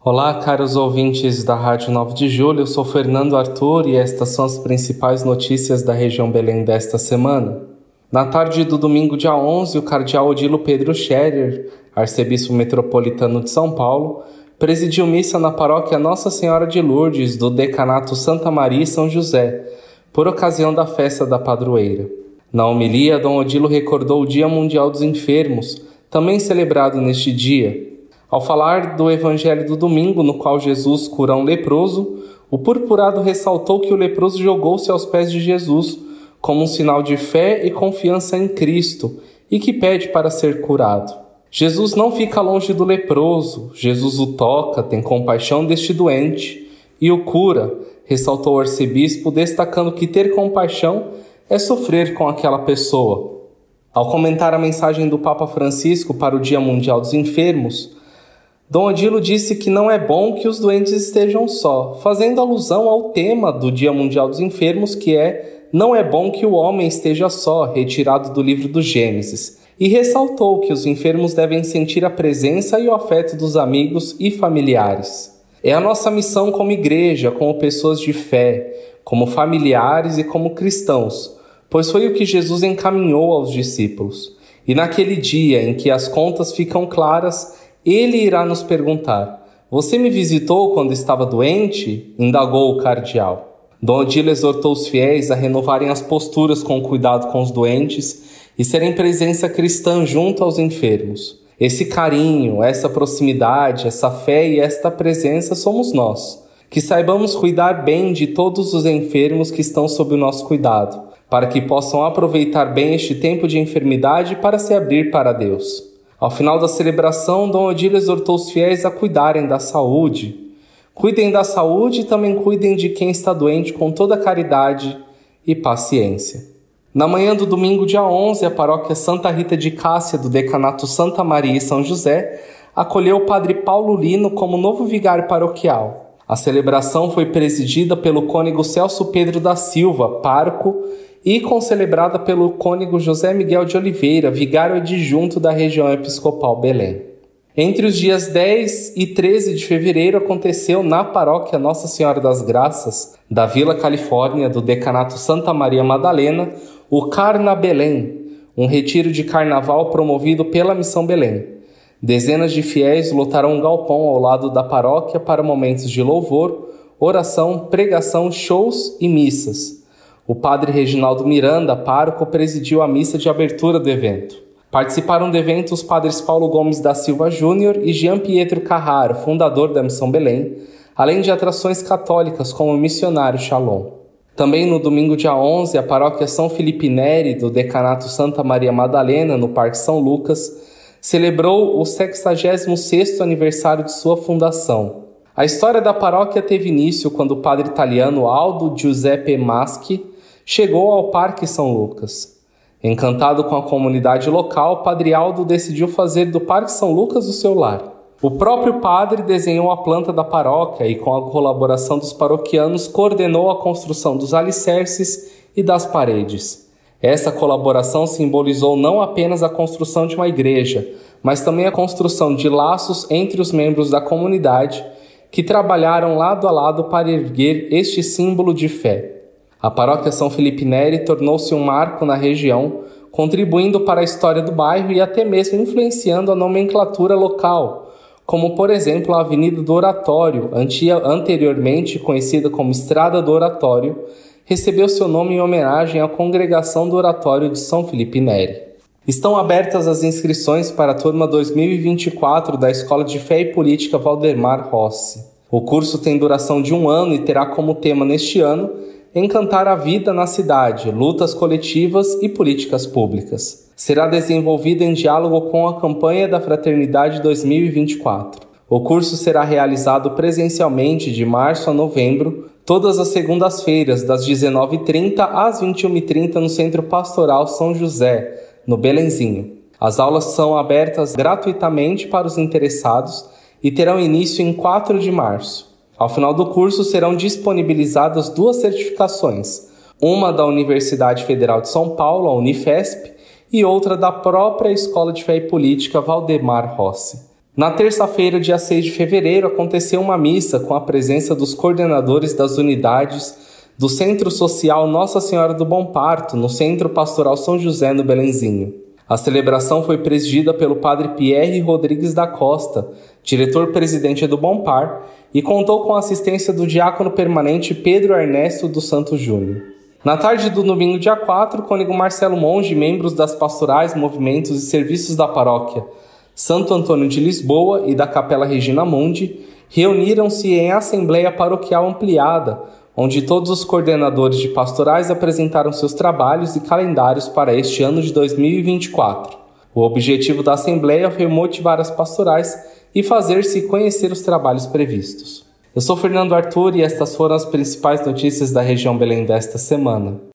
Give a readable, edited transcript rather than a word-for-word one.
Olá, caros ouvintes da Rádio 9 de Julho, eu sou Fernando Arthur e estas são as principais notícias da região Belém desta semana. Na tarde do domingo, dia 11, o cardeal Odilo Pedro Scherer, arcebispo metropolitano de São Paulo, presidiu missa na paróquia Nossa Senhora de Lourdes do decanato Santa Maria e São José, por ocasião da festa da padroeira. Na homilia, Dom Odilo recordou o Dia Mundial dos Enfermos, também celebrado neste dia. Ao falar do evangelho do domingo, no qual Jesus cura um leproso, o purpurado ressaltou que o leproso jogou-se aos pés de Jesus como um sinal de fé e confiança em Cristo e que pede para ser curado. Jesus não fica longe do leproso, Jesus o toca, tem compaixão deste doente e o cura, ressaltou o arcebispo, destacando que ter compaixão é sofrer com aquela pessoa. Ao comentar a mensagem do Papa Francisco para o Dia Mundial dos Enfermos, Dom Odilo disse que não é bom que os doentes estejam só, fazendo alusão ao tema do Dia Mundial dos Enfermos, que é "Não é bom que o homem esteja só", retirado do livro do Gênesis, e ressaltou que os enfermos devem sentir a presença e o afeto dos amigos e familiares. É a nossa missão como igreja, como pessoas de fé, como familiares e como cristãos, pois foi o que Jesus encaminhou aos discípulos. E naquele dia em que as contas ficam claras, Ele irá nos perguntar: "Você me visitou quando estava doente?", indagou o cardeal. Dom Odilo exortou os fiéis a renovarem as posturas com cuidado com os doentes e serem presença cristã junto aos enfermos. Esse carinho, essa proximidade, essa fé e esta presença somos nós. Que saibamos cuidar bem de todos os enfermos que estão sob o nosso cuidado, para que possam aproveitar bem este tempo de enfermidade para se abrir para Deus. Ao final da celebração, Dom Odilo exortou os fiéis a cuidarem da saúde. Cuidem da saúde e também cuidem de quem está doente com toda caridade e paciência. Na manhã do domingo, dia 11, a paróquia Santa Rita de Cássia, do decanato Santa Maria e São José, acolheu o padre Paulo Lino como novo vigário paroquial. A celebração foi presidida pelo cônego Celso Pedro da Silva, pároco, e concelebrada pelo cônego José Miguel de Oliveira, vigário adjunto da região episcopal Belém. Entre os dias 10 e 13 de fevereiro aconteceu na paróquia Nossa Senhora das Graças, da Vila Califórnia, do decanato Santa Maria Madalena, o Carna Belém, um retiro de carnaval promovido pela Missão Belém. Dezenas de fiéis lotaram um galpão ao lado da paróquia para momentos de louvor, oração, pregação, shows e missas. O padre Reginaldo Miranda, pároco, presidiu a missa de abertura do evento. Participaram do evento os padres Paulo Gomes da Silva Júnior e Jean Pietro Carraro, fundador da Missão Belém, além de atrações católicas como o missionário Shalom. Também no domingo dia 11, a paróquia São Felipe Neri, do decanato Santa Maria Madalena, no Parque São Lucas, celebrou o 66º aniversário de sua fundação. A história da paróquia teve início quando o padre italiano Aldo Giuseppe Maschi chegou ao Parque São Lucas. Encantado com a comunidade local, Padre Aldo decidiu fazer do Parque São Lucas o seu lar. O próprio padre desenhou a planta da paróquia e, com a colaboração dos paroquianos, coordenou a construção dos alicerces e das paredes. Essa colaboração simbolizou não apenas a construção de uma igreja, mas também a construção de laços entre os membros da comunidade que trabalharam lado a lado para erguer este símbolo de fé. A paróquia São Felipe Neri tornou-se um marco na região, contribuindo para a história do bairro e até mesmo influenciando a nomenclatura local, como, por exemplo, a Avenida do Oratório, anteriormente conhecida como Estrada do Oratório, recebeu seu nome em homenagem à congregação do Oratório de São Felipe Neri. Estão abertas as inscrições para a turma 2024 da Escola de Fé e Política Valdemar Rossi. O curso tem duração de 1 ano e terá como tema neste ano Encantar a Vida na Cidade, Lutas Coletivas e Políticas Públicas. Será desenvolvido em diálogo com a campanha da Fraternidade 2024. O curso será realizado presencialmente de março a novembro, todas as segundas-feiras, das 19h30 às 21h30 no Centro Pastoral São José, no Belenzinho. As aulas são abertas gratuitamente para os interessados e terão início em 4 de março. Ao final do curso serão disponibilizadas 2 certificações, uma da Universidade Federal de São Paulo, a Unifesp, e outra da própria Escola de Fé e Política Valdemar Rossi. Na terça-feira, dia 6 de fevereiro, aconteceu uma missa com a presença dos coordenadores das unidades do Centro Social Nossa Senhora do Bom Parto, no Centro Pastoral São José, no Belenzinho. A celebração foi presidida pelo padre Pierre Rodrigues da Costa, diretor-presidente do Bom Par, e contou com a assistência do diácono permanente Pedro Ernesto dos Santos Júnior. Na tarde do domingo, dia 4, o cônego Marcelo Monge e membros das pastorais, movimentos e serviços da paróquia Santo Antônio de Lisboa e da Capela Regina Mundi reuniram-se em assembleia paroquial ampliada, onde todos os coordenadores de pastorais apresentaram seus trabalhos e calendários para este ano de 2024. O objetivo da assembleia foi motivar as pastorais e fazer-se conhecer os trabalhos previstos. Eu sou Fernando Arthur e estas foram as principais notícias da região Belém desta semana.